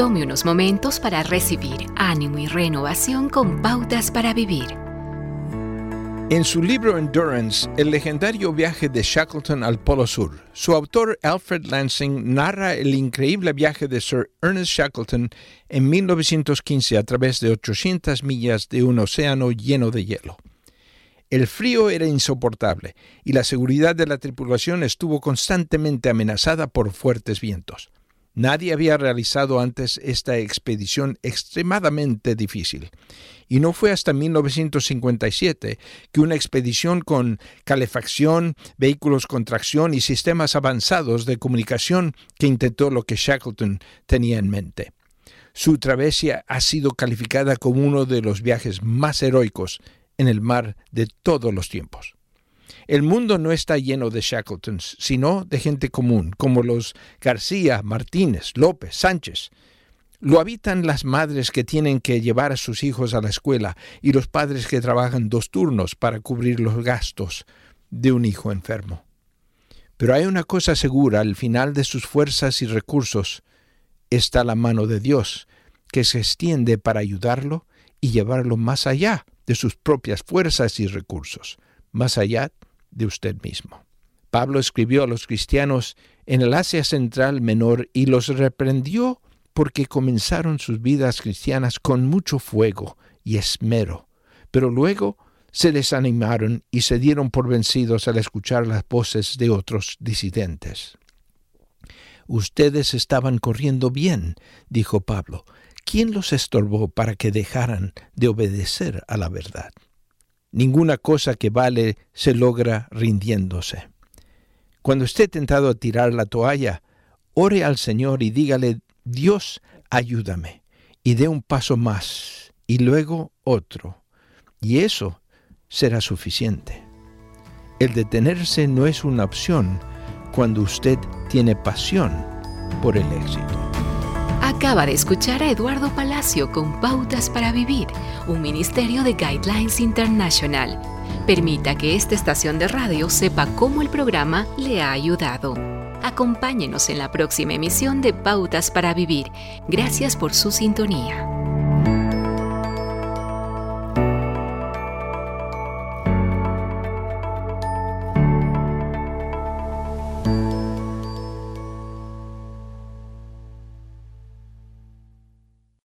Tome unos momentos para recibir ánimo y renovación con Pautas para Vivir. En su libro Endurance, el legendario viaje de Shackleton al Polo Sur, su autor Alfred Lansing narra el increíble viaje de Sir Ernest Shackleton en 1915 a través de 800 millas de un océano lleno de hielo. El frío era insoportable y la seguridad de la tripulación estuvo constantemente amenazada por fuertes vientos. Nadie había realizado antes esta expedición extremadamente difícil, y no fue hasta 1957 que una expedición con calefacción, vehículos con tracción y sistemas avanzados de comunicación que intentó lo que Shackleton tenía en mente. Su travesía ha sido calificada como uno de los viajes más heroicos en el mar de todos los tiempos. El mundo no está lleno de Shackletons, sino de gente común, como los García, Martínez, López, Sánchez. Lo habitan las madres que tienen que llevar a sus hijos a la escuela y los padres que trabajan 2 turnos para cubrir los gastos de un hijo enfermo. Pero hay una cosa segura: al final de sus fuerzas y recursos está la mano de Dios, que se extiende para ayudarlo y llevarlo más allá de sus propias fuerzas y recursos, más allá de usted mismo. Pablo escribió a los cristianos en el Asia Central Menor y los reprendió porque comenzaron sus vidas cristianas con mucho fuego y esmero, pero luego se desanimaron y se dieron por vencidos al escuchar las voces de otros disidentes. Ustedes estaban corriendo bien, dijo Pablo. ¿Quién los estorbó para que dejaran de obedecer a la verdad? Ninguna cosa que vale se logra rindiéndose. Cuando esté tentado a tirar la toalla, ore al Señor y dígale: Dios, ayúdame, y dé un paso más, y luego otro, y eso será suficiente. El detenerse no es una opción cuando usted tiene pasión por el éxito. Acaba de escuchar a Eduardo Palacio con Pautas para Vivir, un ministerio de Guidelines International. Permita que esta estación de radio sepa cómo el programa le ha ayudado. Acompáñenos en la próxima emisión de Pautas para Vivir. Gracias por su sintonía.